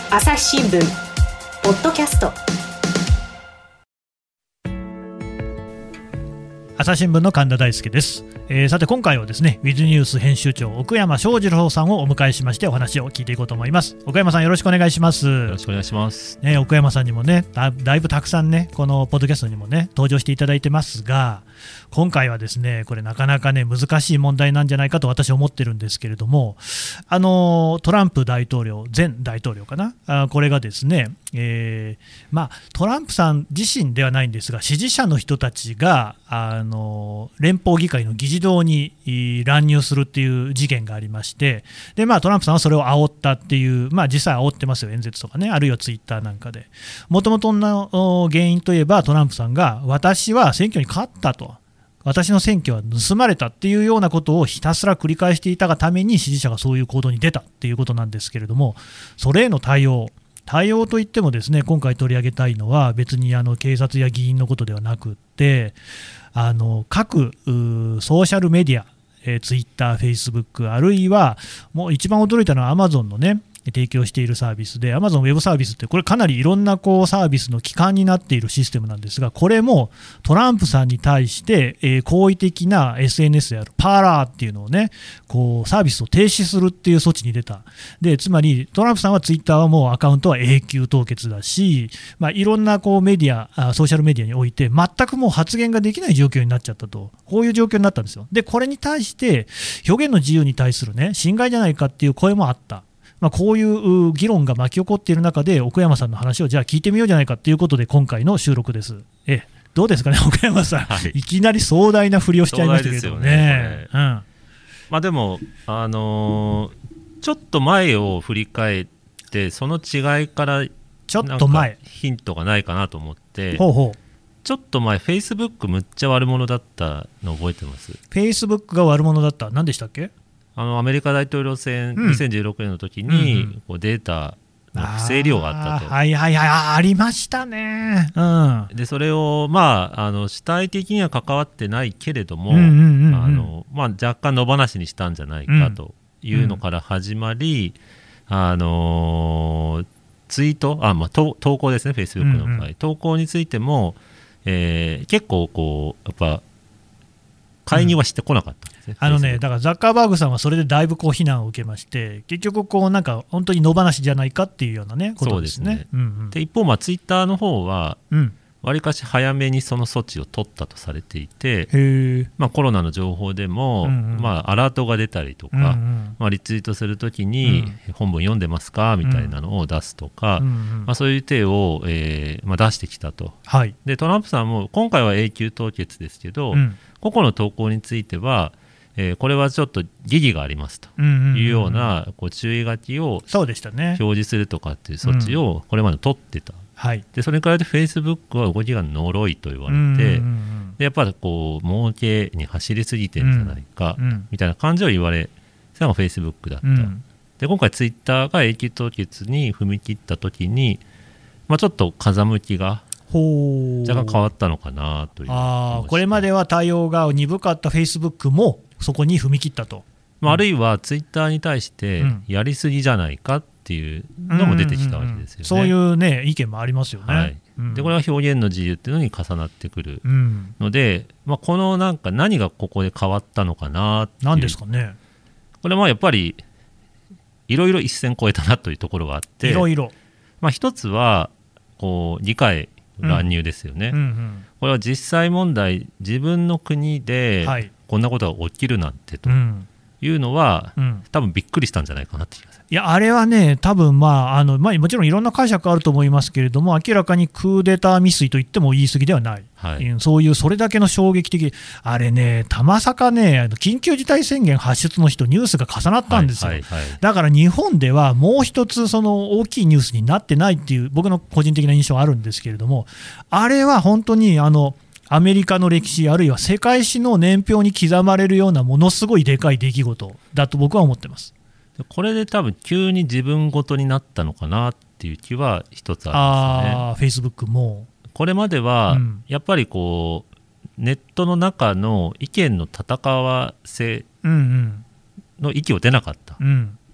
朝日新聞ポッドキャスト、 朝日新聞の神田大輔です。さて今回はですね、ウィズニュース編集長奥山翔二郎さんをお迎えしましてお話を聞いていこうと思います。奥山さん、よろしくお願いします。 よろしくお願いします。 奥山さんにもね、だいぶたくさんね、このポッドキャストにもね登場していただいてますが、今回はですね、これなかなかね難しい問題なんじゃないかと私は思ってるんですけれども、トランプ大統領、前大統領かな、これがですね、トランプさん自身ではないんですが、支持者の人たちが連邦議会の議事堂に乱入するっていう事件がありまして、で、トランプさんはそれを煽ったっていう、実際煽ってますよ、演説とかね、あるいはツイッターなんかで。もともとの原因といえば、トランプさんが私は選挙に勝ったと、私の選挙は盗まれたっていうようなことをひたすら繰り返していたがために支持者がそういう行動に出たっていうことなんですけれども、それへの対応といってもですね、今回取り上げたいのは別に警察や議員のことではなくって、各ソーシャルメディア、ツイッター、フェイスブック、あるいはもう一番驚いたのはアマゾンのね提供しているサービスで、アマゾンウェブサービスってこれかなりいろんなサービスの基幹になっているシステムなんですが、これもトランプさんに対して、好意的な SNS であるパーラーっていうのをね、サービスを停止するっていう措置に出た。で、つまりトランプさんはツイッターはもうアカウントは永久凍結だし、いろんなメディア、ソーシャルメディアにおいて全くもう発言ができない状況になっちゃったと、こういう状況になったんですよ。で、これに対して表現の自由に対するね侵害じゃないかっていう声もあった。こういう議論が巻き起こっている中で、奥山さんの話をじゃあ聞いてみようじゃないかということで今回の収録です。どうですかね、奥山さん、はい、いきなり壮大な振りをしちゃいましたけどね。 でも、ちょっと前を振り返って、その違いからちょっと前ヒントがないかなと思って、 ちょっと前、フェイスブックむっちゃ悪者だったの覚えてます？ フェイスブックが悪者だった、何でしたっけ？ アメリカ大統領選2016年の時に、データの不正利用があったと。 ありましたね。 でそれを、主体的には関わってないけれども、若干野放しにしたんじゃないかというのから始まり、ツイート、投稿ですね、フェイスブックの場合、投稿についても、結構やっぱ介入はしてこなかったんですね。 だからザッカーバーグさんはそれでだいぶ非難を受けまして、結局本当に野放しじゃないかっていうようなねことですね。 で一方、ツイッターの方はわりかし早めにその措置を取ったとされていて、コロナの情報でも、アラートが出たりとか、リツイートするときに、本文読んでますかみたいなのを出すとか、そういう手を、出してきたと。でトランプさんも今回は永久凍結ですけど、個々の投稿については、これはちょっと疑義がありますというような注意書きを表示するとかっていう措置をこれまで取ってた。でそれからフェイスブックは動きが呪いと言われて、でやっぱり儲けに走りすぎてるんじゃないか、みたいな感じを言われ、それがフェイスブックだった。で今回ツイッターが永久凍結に踏み切った時に、ちょっと風向きが若干変わったのかなという。 これまでは対応が鈍かったフェイスブックもそこに踏み切ったと。 あるいはツイッターに対してやりすぎじゃないかっていうのも出てきたわけですよね。 そういうね意見もありますよね。 でこれは表現の自由っていうのに重なってくるので、この何がここで変わったのかなっていう。 何ですかね。 これはやっぱりいろいろ一線越えたなというところがあって、一つは議会乱入ですよね。これは実際問題、自分の国でこんなことが起きるなんてというのは、多分びっくりしたんじゃないかなって気がする。 いや、あれはね、多分もちろんいろんな解釈あると思いますけれども、明らかにクーデター未遂と言っても言い過ぎではない、それだけの衝撃的、あれね、たまさかね、緊急事態宣言発出の日とニュースが重なったんですよ。だから日本ではもう一つ大きいニュースになってないっていう僕の個人的な印象はあるんですけれども、あれは本当にアメリカの歴史あるいは世界史の年表に刻まれるようなものすごいでかい出来事だと僕は思ってます。 これで多分急に自分ごとになったのかなっていう気は一つあるんですよね。 フェイスブックもこれまではやっぱりネットの中の意見の戦わせの域を出なかった、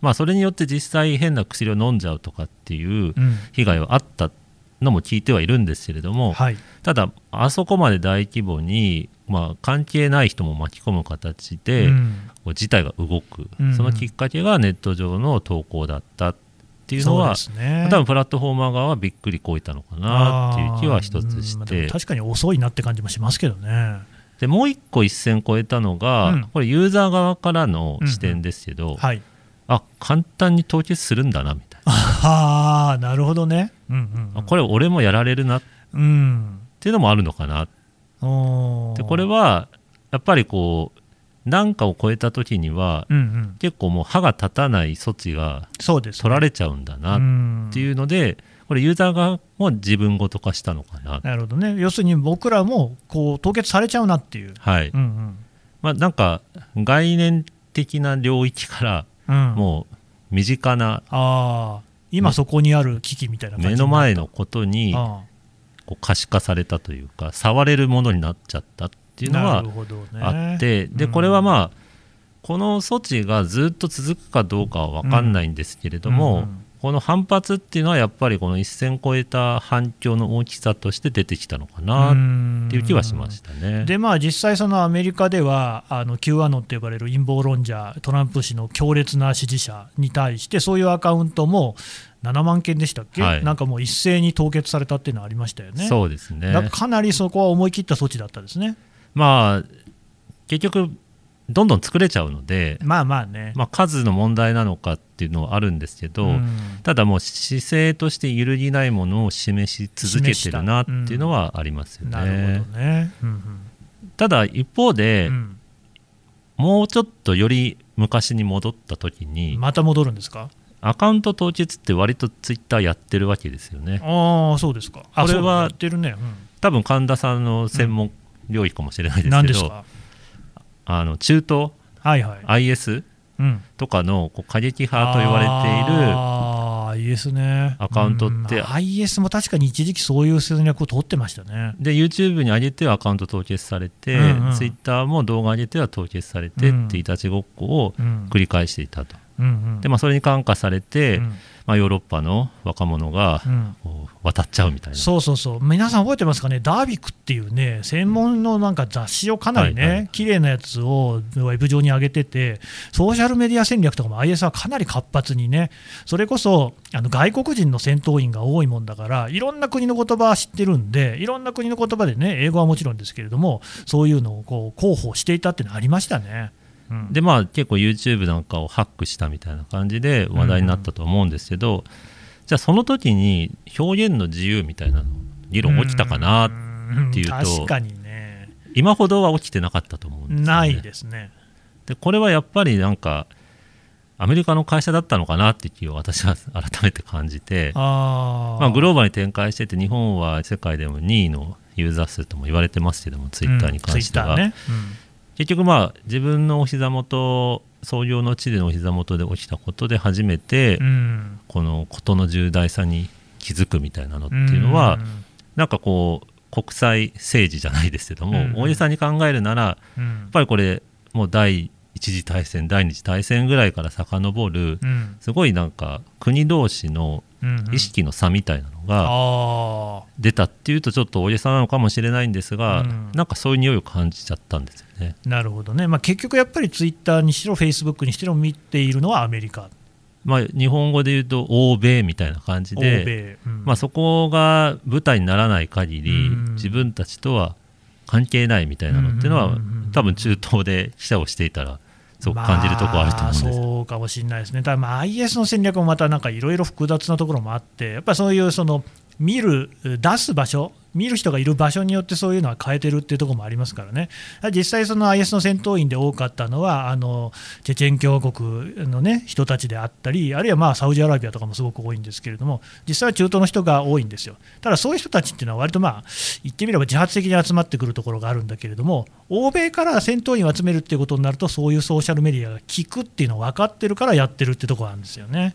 それによって実際変な薬を飲んじゃうとかっていう被害はあったのも聞いてはいるんですけれども、ただあそこまで大規模に、関係ない人も巻き込む形で、事態が動く、そのきっかけがネット上の投稿だったっていうのは、多分プラットフォーマー側はびっくりこいたのかなっていう気は一つして、 確かに遅いなって感じもしますけどね。 でもう一個一線越えたのが、これユーザー側からの視点ですけど、簡単に凍結するんだなみたいな。 なるほどね、 これ俺もやられるなっていうのもあるのかな。でこれはやっぱりこう何かを超えた時には、結構もう歯が立たない措置が取られちゃうんだなっていうので、これユーザー側も自分ごと化したのかな。 なるほどね。要するに僕らもこう凍結されちゃうなっていう、 なんか概念的な領域からもう身近な、 今そこにある危機みたいな感じになった、 目の前のことにこう可視化されたというか、触れるものになっちゃったっていうのはあって、でこれはこの措置がずっと続くかどうかは分かんないんですけれども、この反発っていうのはやっぱりこの一線越えた反響の大きさとして出てきたのかなっていう気はしましたね。 で実際そのアメリカではQ アノンと呼ばれる陰謀論者トランプ氏の強烈な支持者に対してそういうアカウントも7万件でしたっけ、なんかもう一斉に凍結されたっていうのはありましたよね。 そうですね。 だからかなりそこは思い切った措置だったですね。 結局どんどん作れちゃうので、数の問題なのかっていうのはあるんですけど、ただもう姿勢として揺るぎないものを示し続けてるなっていうのはありますよね。 なるほどね。 ただ一方で、もうちょっとより昔に戻った時に、 また戻るんですか？ アカウント凍結って割とツイッターやってるわけですよね。 そうですか。 これはやってるね。 多分神田さんの専門領域かもしれないですけど、 何ですか？ 中東、IS とかの過激派と言われている IS ね、 アカウントって、 IS も確かに一時期そういう戦略を取ってましたね。 で YouTube に上げてはアカウント凍結されて、Twitter も動画上げては凍結されてっていたちごっこを繰り返していたと。でそれに感化されて、ヨーロッパの若者が渡っちゃうみたいな、 そう皆さん覚えてますかね。ダービックっていうね専門のなんか雑誌をかなりね、綺麗なやつをウェブ上に上げてて、ソーシャルメディア戦略とかも IS はかなり活発にね、それこそ外国人の戦闘員が多いもんだからいろんな国の言葉は知ってるんで、いろんな国の言葉でね、英語はもちろんですけれども、そういうのをこう広報していたっていうのありましたね。 で結構 YouTube なんかをハックしたみたいな感じで話題になったと思うんですけど、じゃあその時に表現の自由みたいな議論起きたかなっていうと、 確かにね、 今ほどは起きてなかったと思うんですよね。 ないですね。 でこれはやっぱりなんかアメリカの会社だったのかなっていう気を私は改めて感じて、グローバルに展開してて日本は世界でも2位のユーザー数とも言われてますけども、ツイッターに関しては、結局自分のお膝元、創業の地でのお膝元で起きたことで初めて、この事の重大さに気づくみたいなのっていうのは、なんかこう国際政治じゃないですけども、大げさに考えるなら、やっぱりこれもう第一次大戦第二次大戦ぐらいから遡る、すごいなんか国同士の意識の差みたいなのが出たっていうとちょっと大げさなのかもしれないんですが、なんかそういう匂いを感じちゃったんですよね。 なるほどね。結局やっぱりツイッターにしろフェイスブックにしろ見ているのはアメリカ、 日本語で言うと欧米みたいな感じで、そこが舞台にならない限り、自分たちとは関係ないみたいなのっていうのは、多分中東で記者をしていたらすごく感じるところあると思うんです。 そうかもしれないですね。ただIS の戦略もまたなんかいろいろ複雑なところもあって、やっぱりそういう出す場所、見る人がいる場所によってそういうのは変えてるっていうところもありますからね。実際その IS の戦闘員で多かったのはチェチェン共和国の、人たちであったり、あるいはサウジアラビアとかもすごく多いんですけれども、実際は中東の人が多いんですよ。ただそういう人たちっていうのは割と言ってみれば自発的に集まってくるところがあるんだけれども、欧米から戦闘員を集めるっていうことになると、そういうソーシャルメディアが効くっていうのを分かってるからやってるっていうところがあるんですよね。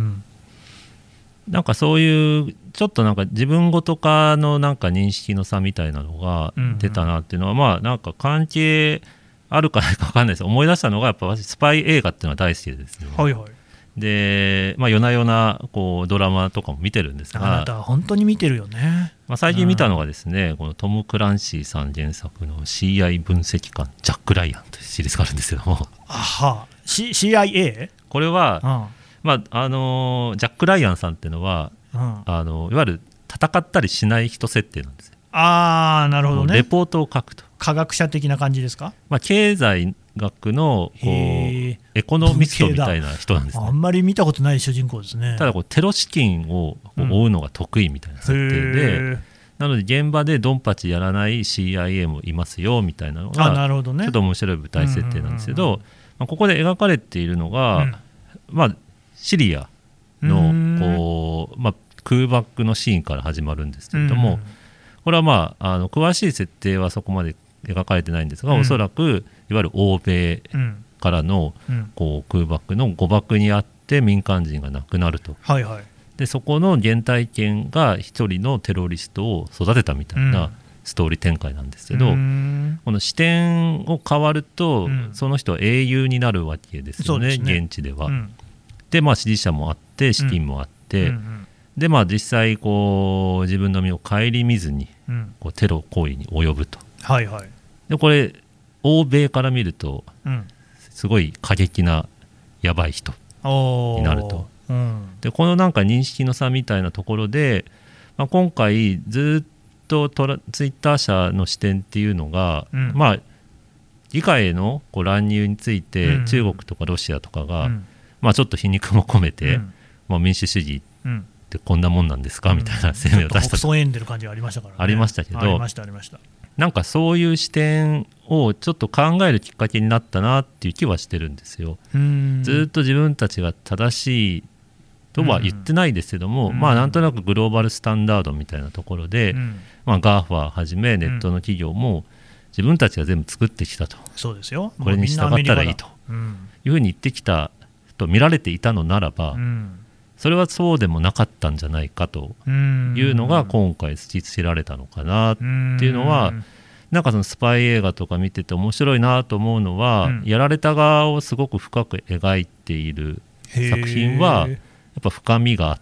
なんかそういうちょっとなんか自分ごと化のなんか認識の差みたいなのが出たなっていうのは、なんか関係あるかないか分かんないです。思い出したのがやっぱスパイ映画っていうのは大好きでですね、 で、夜な夜なこうドラマとかも見てるんですが、 あなたは本当に見てるよね。 最近見たのがですね、このトム・クランシーさん原作の CI 分析官ジャック・ライアンというシリーズがあるんですけども、 CIA？ これは、ジャック・ライアンさんっていうのは、いわゆる戦ったりしない人設定なんですよ。 なるほどね。 レポートを書くと。 科学者的な感じですか？ 経済学のこうエコノミストみたいな人なんですね。 あんまり見たことない主人公ですね。 ただテロ資金を追うのが得意みたいな設定で、なので現場でドンパチやらない CIA もいますよみたいなのがなるほど、ね、 ちょっと面白い舞台設定なんですけど、ここで描かれているのが、シリアのこう、空爆のシーンから始まるんですけれども、これは詳しい設定はそこまで描かれてないんですが、おそらくいわゆる欧米からのこう空爆の誤爆にあって民間人が亡くなると、でそこの原体験が一人のテロリストを育てたみたいなストーリー展開なんですけど、この視点を変わると、その人は英雄になるわけですよね、現地では。で支持者もあって資金もあって、で実際こう自分の身を顧みずにこうテロ行為に及ぶと、でこれ欧米から見るとすごい過激なやばい人になると、でこのなんか認識の差みたいなところで、今回ずっとツイッター社の視点っていうのが、議会へのこう乱入について中国とかロシアとかが、ちょっと皮肉も込めて、民主主義ってこんなもんなんですかみたいな声明を出したと、んでる感じがありましたからね。 ありましたけど、なんかそういう視点をちょっと考えるきっかけになったなっていう気はしてるんですよ。ずっと自分たちが正しいとは言ってないですけども、なんとなくグローバルスタンダードみたいなところで、GAFA はじめネットの企業も自分たちが全部作ってきたと、 そうですよ、 これに従ったらいいというふうに言ってきたと見られていたのならば、それはそうでもなかったんじゃないかというのが今回突きつけられたのかなっていうのは、なんかそのスパイ映画とか見てて面白いなと思うのは、やられた側をすごく深く描いている作品はやっぱ深みがあって、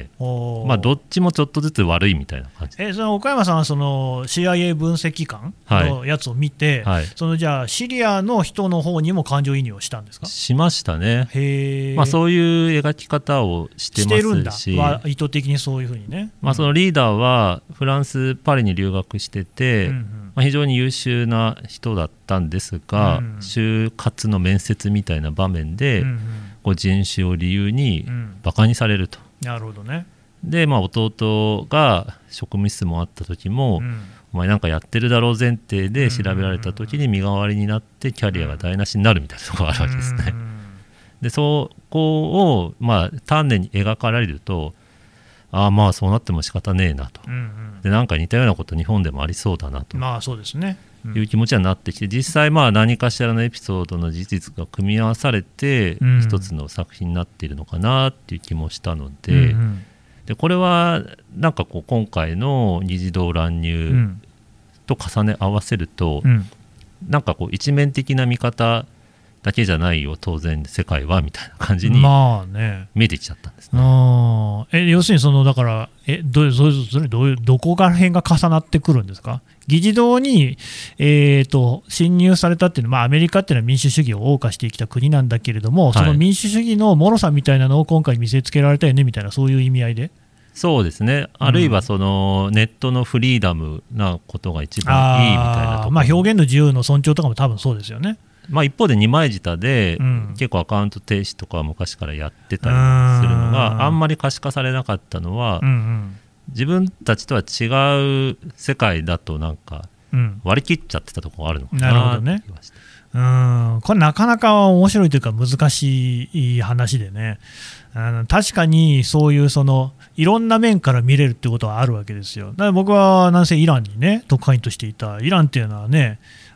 どっちもちょっとずつ悪いみたいな感じ。 その岡山さんはその CIA 分析官のやつを見て、そのじゃあシリアの人の方にも感情移入をしたんですか？ しましたね。そういう描き方をしてますし、 意図的にそういうふうにね。 そのリーダーはフランス・パリに留学してて、非常に優秀な人だったんですが、就活の面接みたいな場面で、人種を理由にバカにされると。 なるほどね。 で、弟が職務質問あった時も、お前なんかやってるだろう前提で調べられた時に身代わりになってキャリアが台無しになるみたいなところがあるわけですね。でそこを丹念に描かれると、そうなっても仕方ねえなと、でなんか似たようなこと日本でもありそうだなと、 そうですね、 いう気持ちになってきて、実際何かしらのエピソードの事実が組み合わされて一つの作品になっているのかなっていう気もしたので、でこれはなんか今回の議事堂乱入と重ね合わせると、なんか一面的な見方だけじゃないよ当然世界はみたいな感じに見えてきちゃったんですね。 要するにだからどこら辺が重なってくるんですか？議事堂に、侵入されたっていうのは、アメリカっていうのは民主主義を謳歌してきた国なんだけれども、その民主主義の脆さみたいなのを今回見せつけられたよねみたいな、そういう意味合いで。 そうですね。あるいはそのネットのフリーダムなことが一番いいみたいなところ、 表現の自由の尊重とかも多分そうですよね。 一方で二枚舌で、結構アカウント停止とか昔からやってたりするのがあんまり可視化されなかったのは、自分たちとは違う世界だとなんか割り切っちゃってたところがあるのかなって気がして、 これなかなか面白いというか難しい話でね、確かにそういういろんな面から見れるってことはあるわけですよ。だから僕はなんせイランにね特派員としていた。イランっていうのはね、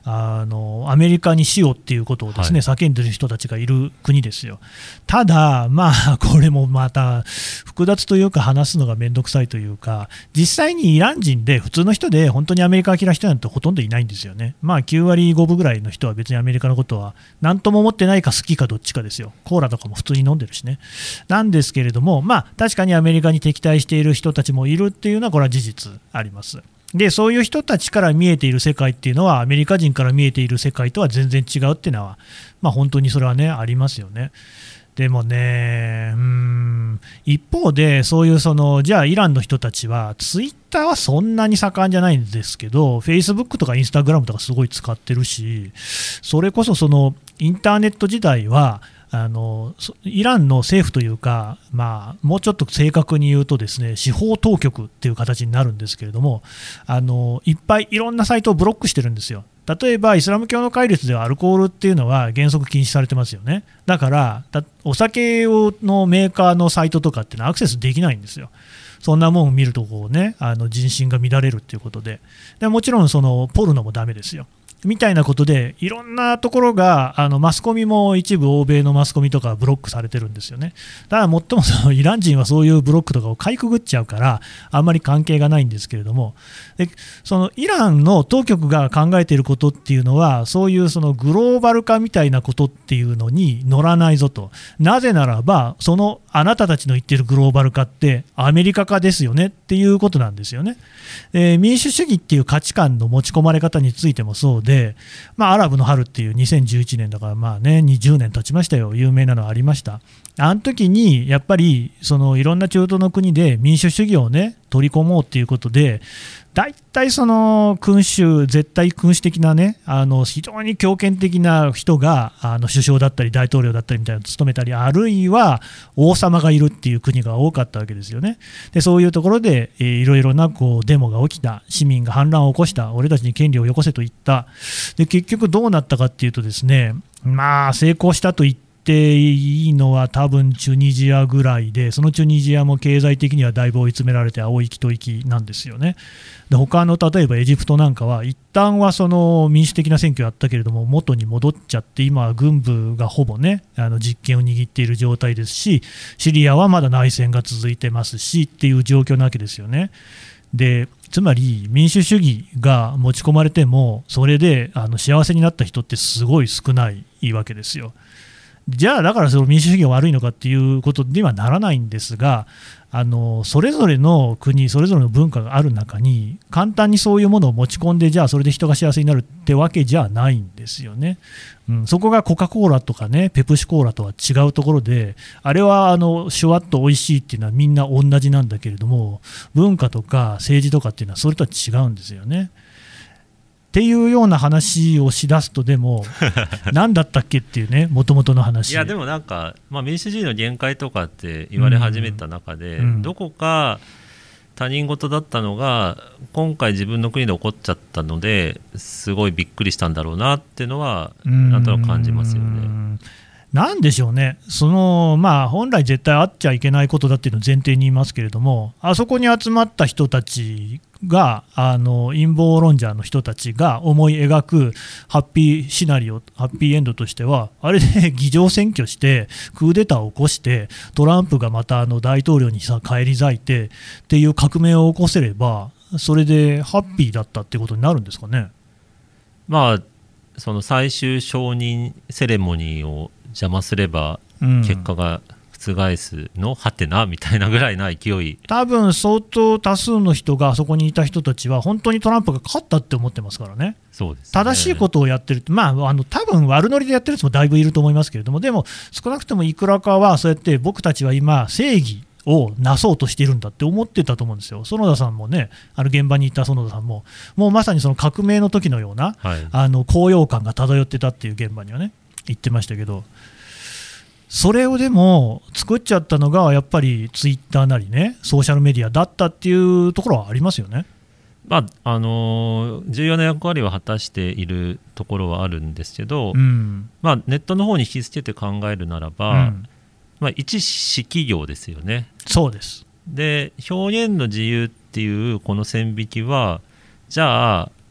アメリカにしようっていうことをですね、叫んでる人たちがいる国ですよ。ただ、これもまた複雑というか、話すのがめんどくさいというか、実際にイラン人で普通の人で本当にアメリカが嫌いな人なんてほとんどいないんですよね。9割5分ぐらいの人は別にアメリカのことは何とも思ってないか好きかどっちかですよ。コーラとかも普通に飲んでるしね。なんですけれども、確かにアメリカに敵対している人たちもいるっていうのは、これは事実あります。でそういう人たちから見えている世界っていうのはアメリカ人から見えている世界とは全然違うっていうのは、本当にそれはねありますよね。でもね、一方でそういうじゃあイランの人たちはツイッターはそんなに盛んじゃないんですけど、フェイスブックとかインスタグラムとかすごい使ってるし、それこそインターネット時代はイランの政府というか、もうちょっと正確に言うとですね、司法当局っていう形になるんですけれども、いっぱいいろんなサイトをブロックしてるんですよ。例えばイスラム教の戒律ではアルコールっていうのは原則禁止されてますよね。だからお酒のメーカーのサイトとかっていうのはアクセスできないんですよ。そんなもん見ると人心が乱れるっていうことで、もちろんポルノもダメですよみたいなことで、いろんなところがマスコミも一部欧米のマスコミとかブロックされてるんですよね。だからもっともイラン人はそういうブロックとかをかいくぐっちゃうからあんまり関係がないんですけれども、でイランの当局が考えていることっていうのは、そういうグローバル化みたいなことっていうのに乗らないぞと。なぜならばあなたたちの言っているグローバル化ってアメリカ化ですよねっていうことなんですよね。民主主義っていう価値観の持ち込まれ方についてもそうで、アラブの春っていう2011年だから20年経ちましたよ。有名なのはありました。あの時にやっぱりいろんな中東の国で民主主義をね取り込もうっていうことで、大体絶対君主的なね非常に強権的な人が首相だったり大統領だったりみたいなのを務めたり、あるいは王様がいるっていう国が多かったわけですよね。でそういうところでいろいろなデモが起きた、市民が反乱を起こした、俺たちに権利をよこせと言った。で結局どうなったかっていうとですね、成功したと言っていいのは多分チュニジアぐらいで、そのチュニジアも経済的にはだいぶ追い詰められて青息と息なんですよね。で他の例えばエジプトなんかは一旦は民主的な選挙をやったけれども元に戻っちゃって、今は軍部がほぼね実権を握っている状態ですし、シリアはまだ内戦が続いてますしっていう状況なわけですよね。でつまり民主主義が持ち込まれてもそれで幸せになった人ってすごい少ないわけですよ。じゃあだから民主主義が悪いのかっていうことにはならないんですが、それぞれの国それぞれの文化がある中に簡単にそういうものを持ち込んで、じゃあそれで人が幸せになるってわけじゃないんですよね。そこがコカ・コーラとかねペプシコーラとは違うところで、あれはシュワッと美味しいっていうのはみんな同じなんだけれども、文化とか政治とかっていうのはそれとは違うんですよね。っていうような話をしだすと、でも何だったっけっていうね、もともとの話。 いやでも民主主義の限界とかって言われ始めた中で、どこか他人事だったのが今回自分の国で起こっちゃったのですごいびっくりしたんだろうなっていうのはなんとなく感じますよね。 なんでしょうね、本来絶対あっちゃいけないことだっていうのを前提に言いますけれども、あそこに集まった人たちが陰謀論者の人たちが思い描くハッピーシナリオ、ハッピーエンドとしては、あれで議場選挙してクーデターを起こしてトランプがまた大統領に返り咲いてっていう革命を起こせれば、それでハッピーだったってことになるんですかね。 その最終承認セレモニーを邪魔すれば結果が覆すのはてなみたいなぐらいな勢い、 多分相当多数の人が、そこにいた人たちは本当にトランプが勝ったって思ってますからね。 そうですね、 正しいことをやってるって、多分悪ノリでやってる人もだいぶいると思いますけれども、でも少なくともいくらかはそうやって僕たちは今正義をなそうとしているんだって思ってたと思うんですよ。園田さんもね、現場にいた園田さんももうまさにその革命の時のような、高揚感が漂ってたっていう現場にはね言ってましたけど、それをでも作っちゃったのがやっぱりツイッターなりねソーシャルメディアだったっていうところはありますよね。 重要な役割を果たしているところはあるんですけど、ネットの方に引き付けて考えるならば、一私企業ですよね。 そうです。 で表現の自由っていうこの線引きは、じゃあ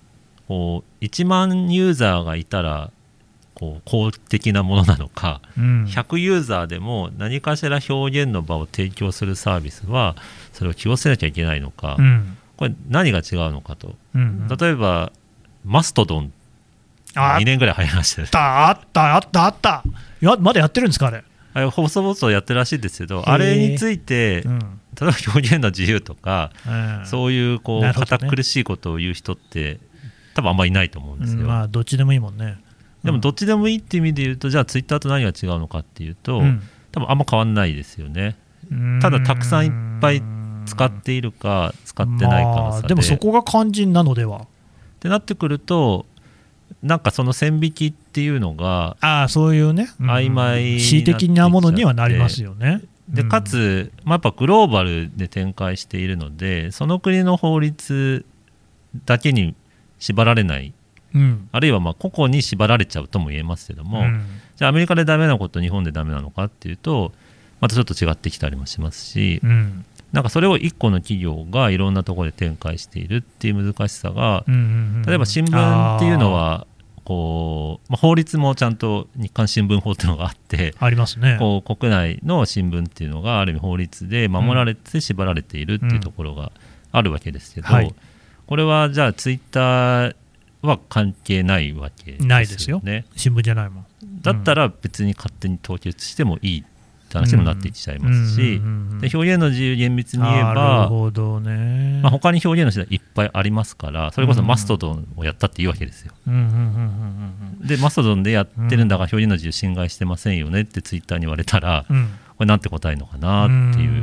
こう1万ユーザーがいたらこう公的なものなのか、100ユーザーでも何かしら表現の場を提供するサービスはそれを起用せなきゃいけないのか、これ何が違うのかと、例えばマストドン2年ぐらい流行りましたね。 あったまだやってるんですか？あれ細々やってるらしいですけど、あれについて、例えば表現の自由とか、そういうこう堅苦しいことを言う人って多分あんまりいないと思うんですよ。 まあどっちでもいいもんね。 でもどっちでもいいっていう意味で言うと、じゃあツイッターと何が違うのかっていうと、多分あんま変わんないですよね。ただたくさんいっぱい使っているか使ってないかの差で、 でもそこが肝心なのではってなってくると、なんかその線引きっていうのがそういうね、 曖昧になってきちゃって、 恣意的なものにはなりますよね。 でかつ、やっぱグローバルで展開しているので、その国の法律だけに縛られない、あるいはまあ個々に縛られちゃうとも言えますけども、じゃあアメリカでダメなこと日本でダメなのかっていうとまたちょっと違ってきたりもしますし、なんかそれを一個の企業がいろんなところで展開しているっていう難しさが、例えば新聞っていうのはこう、法律もちゃんと日刊新聞法っていうのがあってありますね。 こう国内の新聞っていうのがある意味法律で守られて縛られているっていうところがあるわけですけど、これはじゃあツイッターは関係ないわけですよね。 ないですよ、新聞じゃないもん。 だったら別に勝手に凍結してもいいって話にもなってきちゃいますし、で表現の自由厳密に言えば、 なるほどね。 他に表現の手段いっぱいありますから、それこそマストドンをやったっていいわけですよ。でマストドンでやってるんだから表現の自由侵害してませんよねってツイッターに言われたら、これなんて答えるのかなっていう。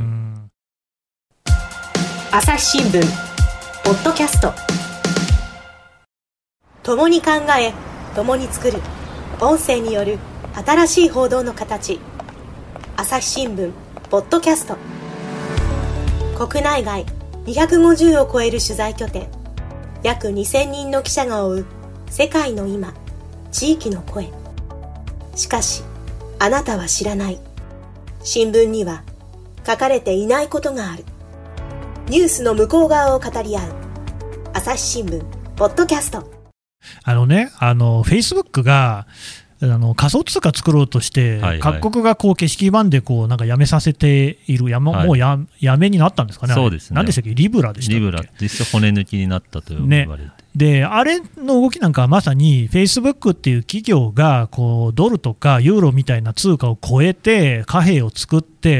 朝日新聞ポッドキャスト、共に考え共に作る音声による新しい報道の形、朝日新聞ポッドキャスト。国内外250を超える取材拠点、約2000人の記者が追う世界の今、地域の声。しかしあなたは知らない、新聞には書かれていないことがある。ニュースの向こう側を語り合う朝日新聞ポッドキャスト。 Facebook が仮想通貨作ろうとして、各国がこう景色版でこうなんかやめさせている、もうやめになったんですかね。 そうですね。 何でしたっけ、リブラでしたっけ。 リブラ、実質骨抜きになったと言われて、 であれの動きなんかはまさに Facebook っていう企業がこうドルとかユーロみたいな通貨を超えて貨幣を作って、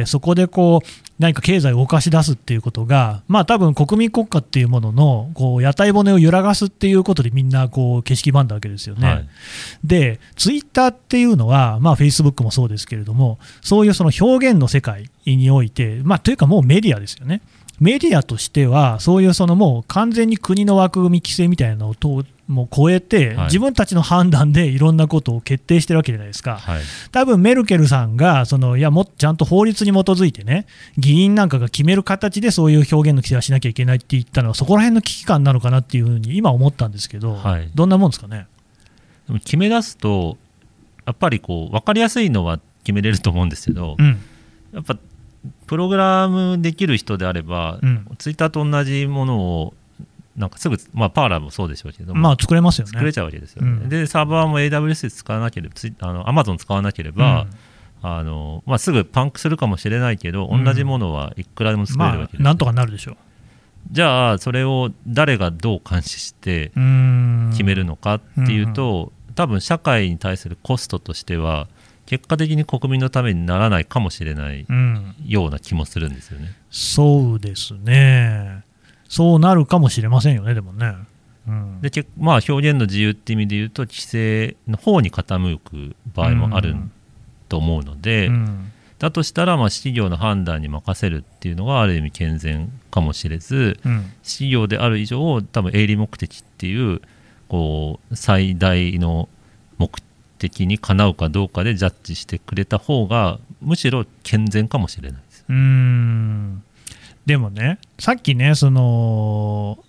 そこでこう何か経済を動かし出すっていうことが、多分国民国家っていうもののこう屋台骨を揺らがすっていうことでみんなこう景色版だわけですよね。でツイッターっていうのは、フェイスブックもそうですけれども、そういうその表現の世界において、というかもうメディアですよね。メディアとしてはそういうそのもう完全に国の枠組み規制みたいなのをもう超えて、自分たちの判断でいろんなことを決定してるわけじゃないですか。多分メルケルさんがもっとちゃんと法律に基づいてね、議員なんかが決める形でそういう表現の規制はしなきゃいけないって言ったのは、そこら辺の危機感なのかなっていうふうに今思ったんですけど、どんなもんですかね。 でも決め出すとやっぱりこう分かりやすいのは決めれると思うんですけど、やっぱプログラムできる人であれば、ツイッターと同じものをなんかすぐ、パーラーもそうでしょうけども、 作れますよね。 作れちゃうわけですよね。でサーバーも AWS で使わなければ、Amazon 使わなければ、すぐパンクするかもしれないけど、同じものはいくらでも作れるわけです。 なんとかなるでしょう。 じゃあそれを誰がどう監視して決めるのかっていうと、多分社会に対するコストとしては結果的に国民のためにならないかもしれないような気もするんですよね。 そうですね。そうなるかもしれませんよね。でもね、 で表現の自由って意味で言うと規制の方に傾く場合もあると思うので、だとしたら私企業の判断に任せるっていうのがある意味健全かもしれず、私企業である以上多分営利目的っていうこう最大の目的にかなうかどうかでジャッジしてくれた方がむしろ健全かもしれないです。 でもね、さっきね、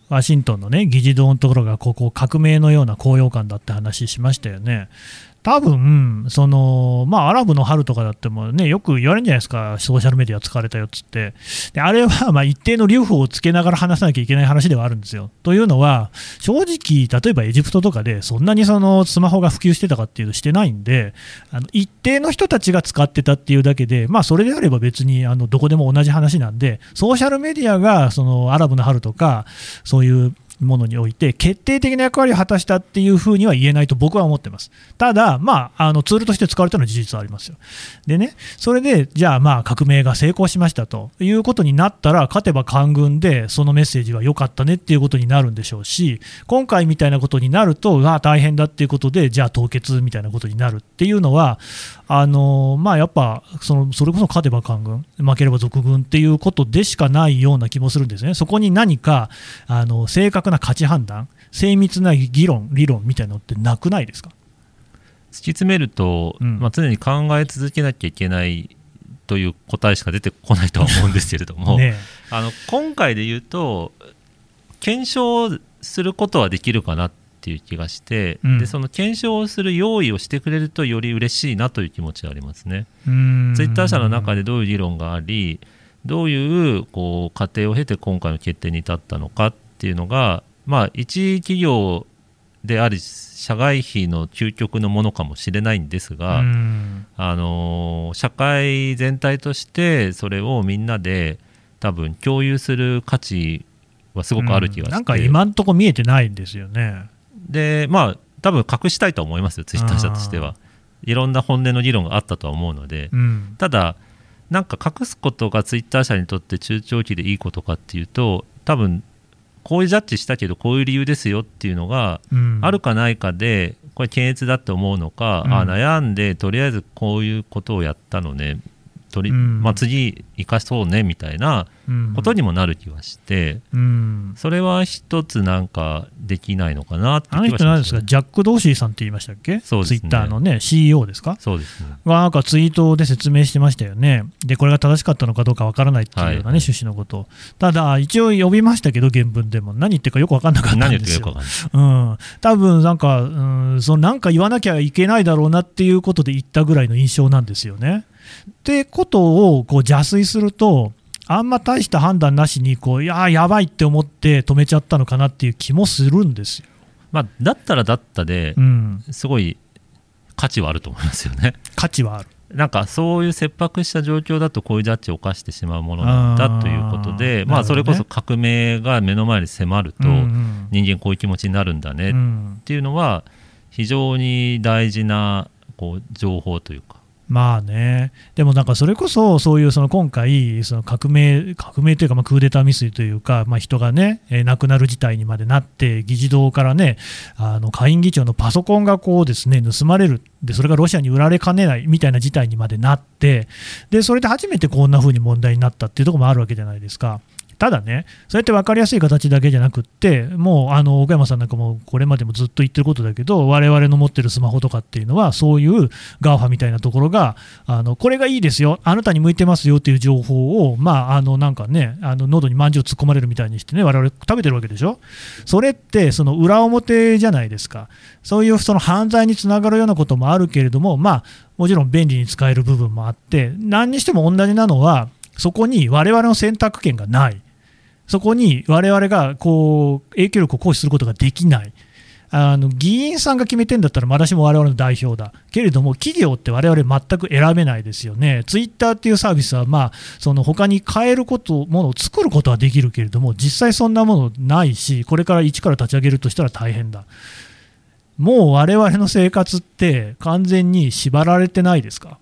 ワシントンのね議事堂のところがここ革命のような高揚感だって話しましたよね。多分アラブの春とかだっても、ね、よく言われるんじゃないですか、ソーシャルメディア使われたよっつって。であれは一定の留保をつけながら話さなきゃいけない話ではあるんですよ。というのは、正直、例えばエジプトとかでそんなにスマホが普及してたかっていうとしてないんで、一定の人たちが使ってたっていうだけで、それであれば別にどこでも同じ話なんで、ソーシャルメディアがアラブの春とか、そういうものにおいて決定的な役割を果たしたっていうふうには言えないと僕は思ってます。ただ、ツールとして使われたのは事実はありますよ。でね、それでじゃあ革命が成功しましたということになったら、勝てば官軍でそのメッセージは良かったねっていうことになるんでしょうし、今回みたいなことになると大変だっていうことで、じゃあ凍結みたいなことになるっていうのはやっぱそれこそ勝てば官軍、負ければ賊軍っていうことでしかないような気もするんですね。そこに何か正確な価値判断、精密な理論みたいなのってなくないですか？ 突き詰めると、常に考え続けなきゃいけないという答えしか出てこないとは思うんですけれども、ね、今回で言うと検証することはできるかなっていう気がして、でその検証をする用意をしてくれるとより嬉しいなという気持ちはありますね。ツイッター社の中でどういう議論があり、どういう過程を経て今回の決定に至ったのかっていうのが、一企業であり社外費の究極のものかもしれないんですが、社会全体としてそれをみんなで多分共有する価値はすごくある気がして、 なんか今んとこ見えてないんですよね。 で多分隠したいと思いますよ、ツイッター社としては。いろんな本音の議論があったとは思うので、ただなんか隠すことがツイッター社にとって中長期でいいことかっていうと、多分こういうジャッジしたけどこういう理由ですよっていうのがあるかないかで、これ検閲だって思うのか、悩んでとりあえずこういうことをやったのね、次生かそうねみたいなことにもなる気がして、それは一つなんかできないのかなって気がします。 あの人なんですか、ジャック・ドーシーさんって言いましたっけ？ そうですね、 ツイッターのね CEO ですか？ そうですね、 なんかツイートで説明してましたよね。でこれが正しかったのかどうかわからないっていうようなね、趣旨のこと。ただ一応呼びましたけど、原文でも何言ってるかよく分かんなかったんですよ。多分なんか、なんか言わなきゃいけないだろうなっていうことで言ったぐらいの印象なんですよね。ってことを邪推すると、あんま大した判断なしにやばいって思って止めちゃったのかなっていう気もするんですよ。 だったらだったで、すごい価値はあると思いますよね。 価値はある。 なんかそういう切迫した状況だとこういうジャッジを犯してしまうものなんだということで、それこそ革命が目の前に迫ると、人間こういう気持ちになるんだねっていうのは非常に大事な情報というか。 でもなんかそれこそそういう今回革命というかクーデター未遂というか、人がね亡くなる事態にまでなって、議事堂からね下院議長のパソコンがですね盗まれる、でそれがロシアに売られかねないみたいな事態にまでなって、でそれで初めてこんな風に問題になったっていうところもあるわけじゃないですか。ただね、そうやって分かりやすい形だけじゃなくって、もう岡山さんなんかもこれまでもずっと言ってることだけど、我々の持ってるスマホとかっていうのは、そういう GAFA みたいなところがこれがいいですよ、あなたに向いてますよっていう情報を、なんかね、喉にまんじゅう突っ込まれるみたいにしてね、我々食べてるわけでしょ。それって裏表じゃないですか。そういう犯罪につながるようなこともあるけれども、もちろん便利に使える部分もあって、何にしても同じなのは、そこに我々の選択権がない。そこに我々が影響力を行使することができない。議員さんが決めてんだったら私も我々の代表だけれども、企業って我々全く選べないですよね。ツイッターっていうサービスは他に変えるものを作ることはできるけれども、実際そんなものないし、これから一から立ち上げるとしたら大変だ。もう我々の生活って完全に縛られてないですか？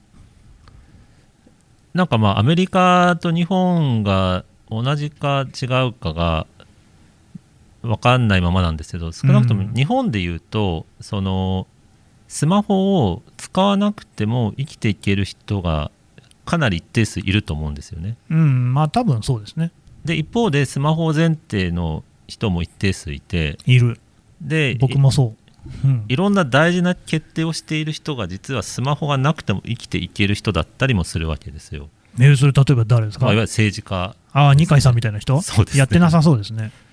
なんかアメリカと日本が同じか違うかが分かんないままなんですけど、少なくとも日本でいうと、スマホを使わなくても生きていける人がかなり一定数いると思うんですよね。 多分そうですね。 で一方でスマホ前提の人も一定数いて、 いる。 で僕もそう、 いろんな大事な決定をしている人が実はスマホがなくても生きていける人だったりもするわけですよ。 それ例えば誰ですか？ いわゆる政治家、 二階さんみたいな人？ そうですね、 やってなさそうですね。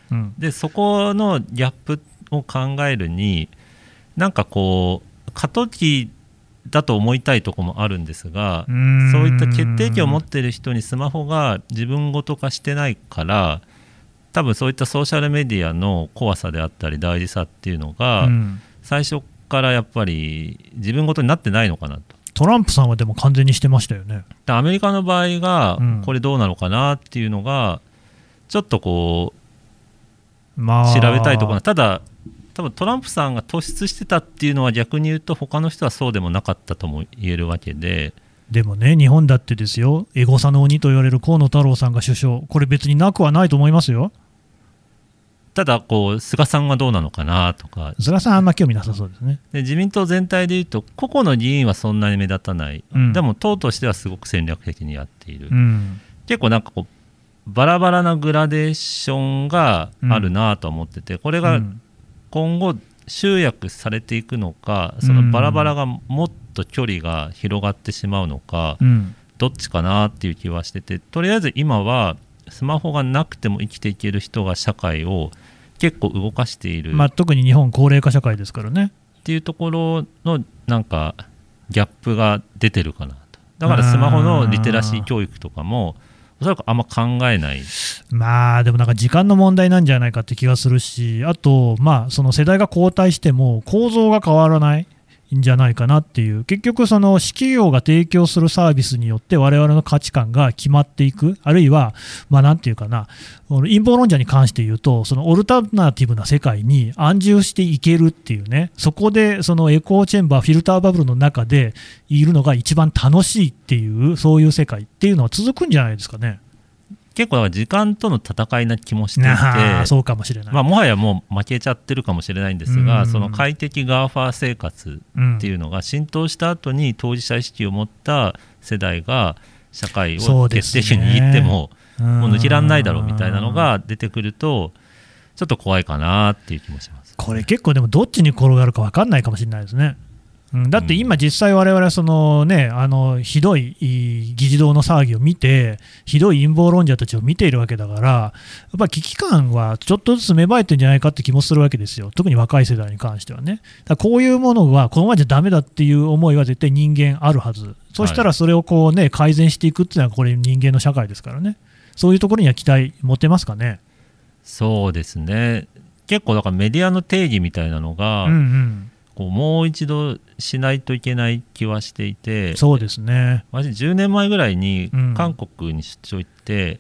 うん、 でそこのギャップを考えるになんかこう過渡期だと思いたいところもあるんですが、そういった決定機を持っている人にスマホが自分ごと化してないから、多分そういったソーシャルメディアの怖さであったり大事さっていうのが、最初からやっぱり自分ごとになってないのかなと。 トランプさんはでも完全にしてましたよね。 アメリカの場合がこれどうなのかなっていうのがちょっとこう調べたいところ、ただ多分トランプさんが突出してたっていうのは逆に言うと他の人はそうでもなかったとも言えるわけで、 でもね、日本だってですよ、エゴサの鬼と言われる河野太郎さんが首相、これ別になくはないと思いますよ。 ただこう菅さんはどうなのかなとか、 菅さんあんま興味なさそうですね。 で自民党全体でいうと個々の議員はそんなに目立たない、でも党としてはすごく戦略的にやっている、結構なんかこうバラバラなグラデーションがあるなと思ってて、これが今後集約されていくのか、そのバラバラがもっと距離が広がってしまうのか、どっちかなっていう気はしてて、とりあえず今はスマホがなくても生きていける人が社会を結構動かしている、 特に日本高齢化社会ですからねっていうところのなんかギャップが出てるかなと。だからスマホのリテラシー教育とかもおそらくあんま考えない。 でもなんか時間の問題なんじゃないかって気がするし、あとその世代が交代しても構造が変わらないんじゃないかなっていう、結局その私企業が提供するサービスによって我々の価値観が決まっていく、あるいはなんていうかな、陰謀論者に関して言うとそのオルタナティブな世界に安住していけるっていうね、そこでそのエコーチェンバーフィルターバブルの中でいるのが一番楽しいっていう、そういう世界っていうのは続くんじゃないですかね。 結構時間との戦いな気もしていて、 そうかもしれない。 もはやもう負けちゃってるかもしれないんですが、その快適ガーファー生活っていうのが浸透した後に当事者意識を持った世代が社会を決定権に握っても、もう抜けられないだろうみたいなのが出てくるとちょっと怖いかなっていう気もします。 これ結構でもどっちに転がるか分かんないかもしれないですね。だって今実際我々はそのね、ひどい議事堂の騒ぎを見て、ひどい陰謀論者たちを見ているわけだから、やっぱり危機感はちょっとずつ芽生えてるんじゃないかって気もするわけですよ。特に若い世代に関してはね。だからこういうものはこのままじゃダメだっていう思いは絶対人間あるはず。そしたらそれをこうね、改善していくっていうのはこれ人間の社会ですからね。そういうところには期待持てますかね。 そうですね。結構だからメディアの定義みたいなのが、もう一度しないといけない気はしていて、 そうですね。 私10年前ぐらいに韓国に出張行って、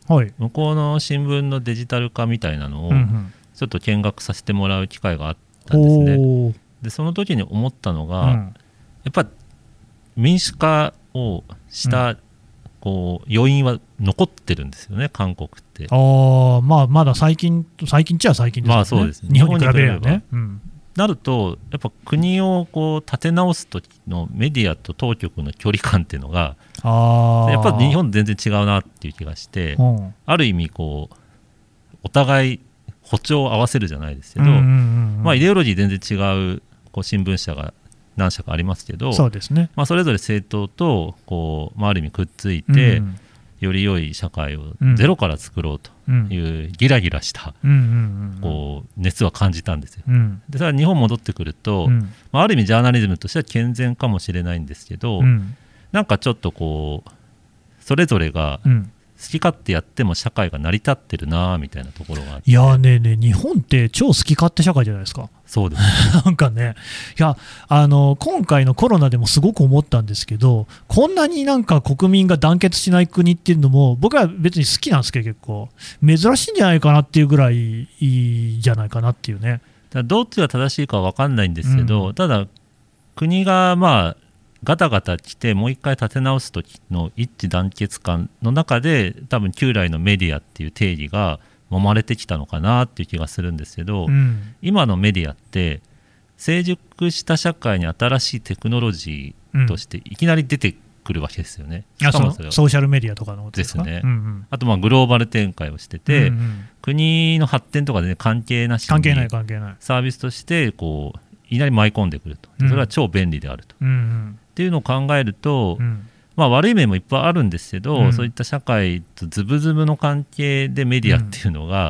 向こうの新聞のデジタル化みたいなのをちょっと見学させてもらう機会があったんですね。でその時に思ったのが、やっぱ民主化をしたこう余韻は残ってるんですよね、韓国って。 まだ最近っちゃ最近ですよね。 そうですね。 日本に比べればね。 なるとやっぱ国をこう立て直す時のメディアと当局の距離感っていうのがやっぱ日本全然違うなっていう気がして、ある意味こうお互い歩調を合わせるじゃないですけど、イデオロギー全然違うこう新聞社が何社かありますけど、 そうですね。 それぞれ政党とこう、ある意味くっついて、より良い社会をゼロから作ろうというギラギラしたこう熱は感じたんですよ。でそれは日本戻ってくると、ある意味ジャーナリズムとしては健全かもしれないんですけど、なんかちょっとこうそれぞれが好き勝手やっても社会が成り立ってるなみたいなところがあって、 いやね日本って超好き勝手社会じゃないですか。 そうですなんかね、いや今回のコロナでもすごく思ったんですけど、こんなになんか国民が団結しない国っていうのも僕は別に好きなんですけど、結構珍しいんじゃないかなっていうぐらいいいじゃないかなっていうね。 だどっちが正しいかは分かんないんですけど、ただ国がガタガタ来てもう一回立て直す時の一致団結感の中で多分旧来のメディアっていう定義が揉まれてきたのかなっていう気がするんですけど、今のメディアって成熟した社会に新しいテクノロジーとしていきなり出てくるわけですよね。 しかもそれはソーシャルメディアとかのことですか。 ですね。あとグローバル展開をしてて、国の発展とかで、関係なしに関係ないサービスとしてこういきなり舞い込んでくると、それは超便利であると、っていうのを考えると、悪い面もいっぱいあるんですけど、そういった社会とズブズブの関係でメディアっていうのが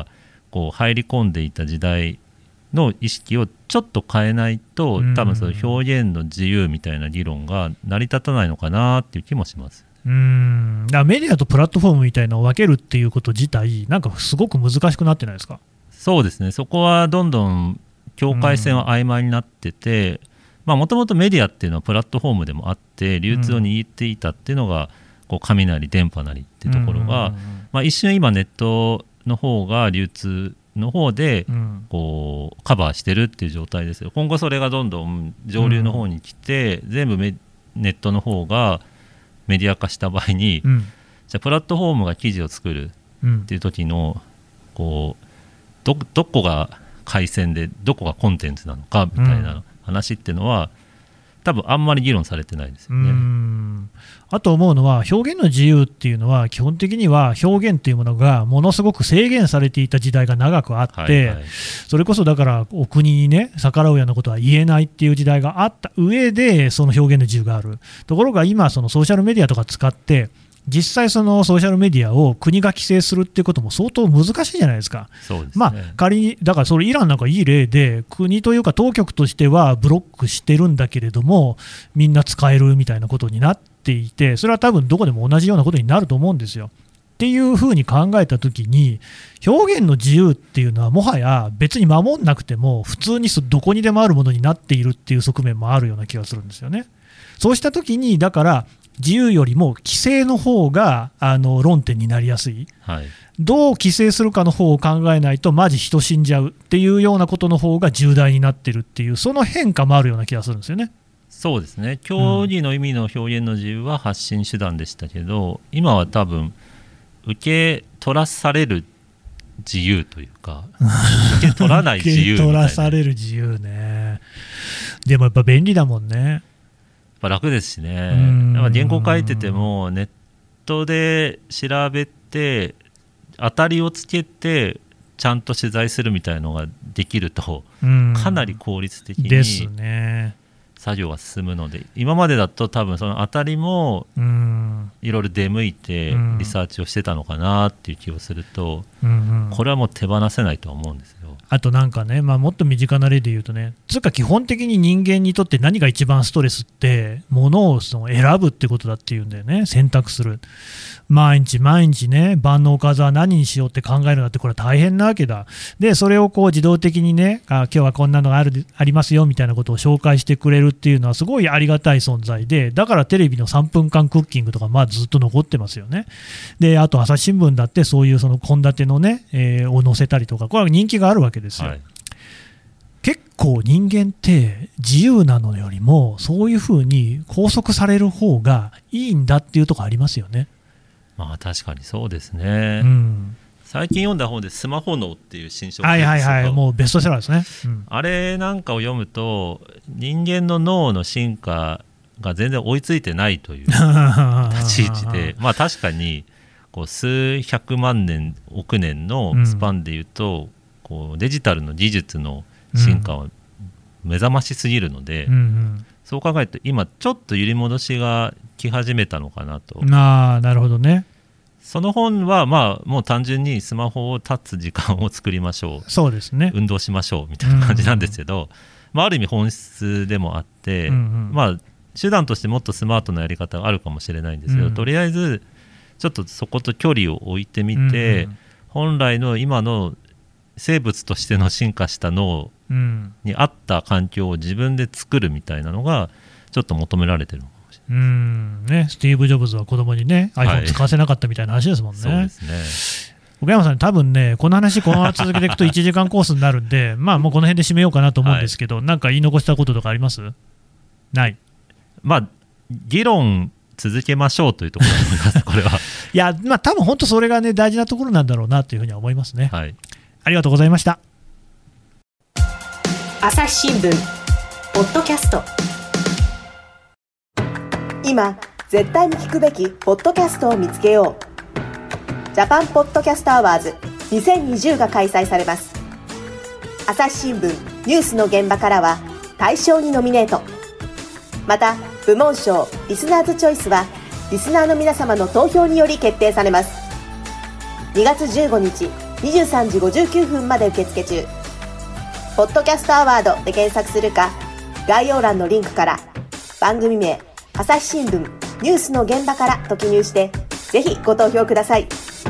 こう入り込んでいた時代の意識をちょっと変えないと、多分その表現の自由みたいな議論が成り立たないのかなっていう気もします。 だからメディアとプラットフォームみたいなのを分けるっていうこと自体なんかすごく難しくなってないですか？ そうですね、そこはどんどん境界線は曖昧になってて、もともとメディアっていうのはプラットフォームでもあって流通を握っていたっていうのがこう紙なり電波なりっていうところが、一瞬今ネットの方が流通の方でこうカバーしてるっていう状態ですよ。今後それがどんどん上流の方に来て、全部ネットの方がメディア化した場合に、じゃあプラットフォームが記事を作るっていう時のこうどこが回線でどこがコンテンツなのかみたいな話っていうのは、多分あんまり議論されてないですよね。 あと思うのは、表現の自由っていうのは基本的には表現っていうものがものすごく制限されていた時代が長くあって、それこそだからお国にね逆らうようなことは言えないっていう時代があった上でその表現の自由がある。ところが今そのソーシャルメディアとか使って実際そのソーシャルメディアを国が規制するっていうことも相当難しいじゃないですか。 そうですね。 仮にだからそれイランなんかいい例で、国というか当局としてはブロックしてるんだけれどもみんな使えるみたいなことになっていて、それは多分どこでも同じようなことになると思うんですよ。っていうふうに考えたときに、表現の自由っていうのはもはや別に守んなくても普通にどこにでもあるものになっているっていう側面もあるような気がするんですよね。そうしたときにだから自由よりも規制の方が論点になりやすい、どう規制するかの方を考えないとマジ人死んじゃうっていうようなことの方が重大になってるっていう、その変化もあるような気がするんですよね。 そうですね。競技の意味の表現の自由は発信手段でしたけど、今は多分受け取らされる自由というか受け取らない自由みたいな受け取らされる自由ね。でもやっぱ便利だもんね。 楽ですしね。原稿書いててもネットで調べて当たりをつけてちゃんと取材するみたいなのができるとかなり効率的に作業が進むので、今までだと多分その当たりもいろいろ出向いてリサーチをしてたのかなっていう気をすると、これはもう手放せないとは思うんですよ。 あとなんかね、もっと身近な例で言うとね、つうか基本的に人間にとって何が一番ストレスって、ものを選ぶってことだっていうんだよね。選択する。毎日毎日ね、晩のおかずは何にしようって考えるのだってこれは大変なわけだ。でそれをこう自動的にね、今日はこんなのがありますよみたいなことを紹介してくれるっていうのはすごいありがたい存在で、だからテレビの3分間クッキングとかずっと残ってますよね。であと朝日新聞だってそういうその献立のね、を載せたりとか、これは人気があるわけですよ。結構人間って自由なのよりもそういうふうに拘束される方がいいんだっていうところありますよね。 確かにそうですね。最近読んだ本でスマホ脳っていう新書がもうベストセラーですね。 あれなんかを読むと人間の脳の進化が全然追いついてないという立ち位置で確かにこう数百万年億年のスパンでいうと、こうデジタルの技術の進化は目覚ましすぎるので、そう考えると今ちょっと揺り戻しが来始めたのかなと。 なるほどね。 その本はもう単純にスマホを立つ時間を作りましょう、 そうですね、 運動しましょうみたいな感じなんですけど、ある意味本質でもあって、手段としてもっとスマートなやり方があるかもしれないんですけど、とりあえずちょっとそこと距離を置いてみて、本来の今の生物としての進化した脳に合った環境を自分で作るみたいなのがちょっと求められてるのかもしれない。 スティーブ・ジョブズは子供にね iPhone 使わせなかったみたいな話ですもんね。 そうですね。 岡山さん、多分ね、この話このまま続けていくと1時間コースになるんでもうこの辺で締めようかなと思うんですけど、なんか言い残したこととかあります？ない。 議論続けましょうというところだと思いますこれは。 いや、多分本当それがね大事なところなんだろうなというふうには思いますね。ありがとうございました。 朝日新聞ポッドキャスト、今絶対に聞くべきポッドキャストを見つけよう。ジャパンポッドキャストアワーズ2020が開催されます。朝日新聞ニュースの現場からは大賞にノミネート、また部門賞リスナーズチョイスはリスナーの皆様の投票により決定されます。2月15日 23時59分まで受付中。ポッドキャストアワードで検索するか、概要欄のリンクから番組名、朝日新聞ニュースの現場からと記入して、ぜひご投票ください。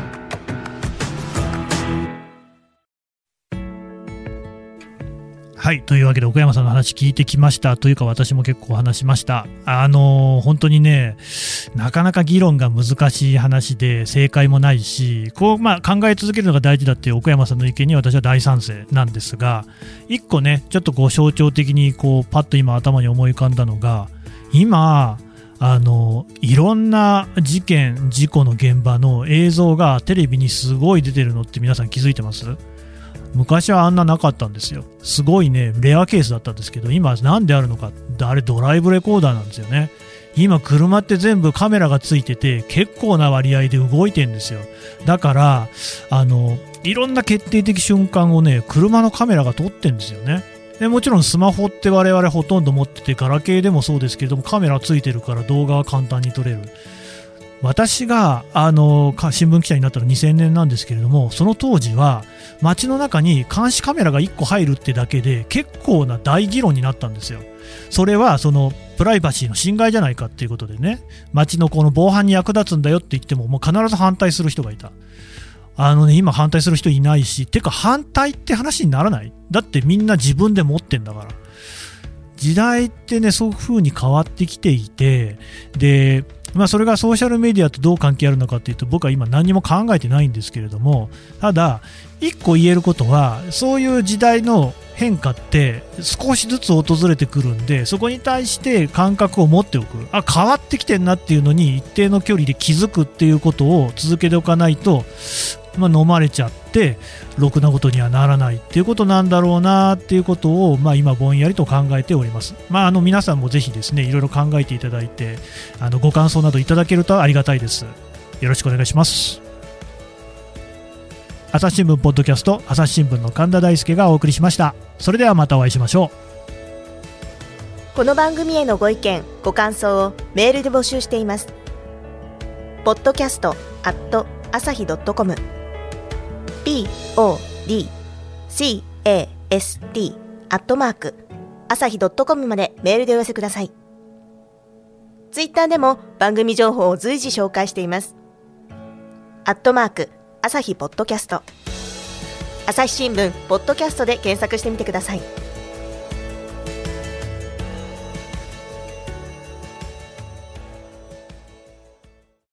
はい、というわけで奥山さんの話聞いてきましたというか、私も結構話しました。本当にね、なかなか議論が難しい話で正解もないし、考え続けるのが大事だっていう奥山さんの意見に私は大賛成なんですが、一個ねちょっと象徴的にパッと今頭に思い浮かんだのが、今いろんな事件事故の現場の映像がテレビにすごい出てるのって皆さん気づいてます？昔はあんななかったんですよ。すごいねレアケースだったんですけど、今なんであるのか、あれドライブレコーダーなんですよね。今車って全部カメラがついてて結構な割合で動いてんですよ。だからいろんな決定的瞬間をね車のカメラが撮ってんですよね。でもちろんスマホって我々ほとんど持ってて、ガラケーでもそうですけれどもカメラついてるから動画は簡単に撮れる。私が新聞記者になったの2000年なんですけれども、その当時は街の中に監視カメラが1個入るってだけで結構な大議論になったんですよ。それはそのプライバシーの侵害じゃないかっていうことでね、街のこの防犯に役立つんだよって言っても、もう必ず反対する人がいた。今反対する人いないし、てか反対って話にならない。だってみんな自分で持ってんだから。時代ってねそういう風に変わってきていて、でそれがソーシャルメディアとどう関係あるのかというと、僕は今何も考えてないんですけれども、ただ一個言えることは、そういう時代の変化って少しずつ訪れてくるんで、そこに対して感覚を持っておく、変わってきてんなっていうのに一定の距離で気づくっていうことを続けておかないと、飲まれちゃってろくなことにはならないっていうことなんだろうなっていうことを、今ぼんやりと考えております。皆さんもぜひですねいろいろ考えていただいて、ご感想などいただけるとありがたいです。よろしくお願いします。朝日新聞ポッドキャスト、朝日新聞の神田大輔がお送りしました。それではまたお会いしましょう。この番組へのご意見ご感想をメールで募集しています。podcast@asahi.com podcast@ 朝日.com までメールでお寄せください。ツイッターでも番組情報を随時紹介しています。朝日ポッドキャスト、朝日新聞ポッドキャストで検索してみてください。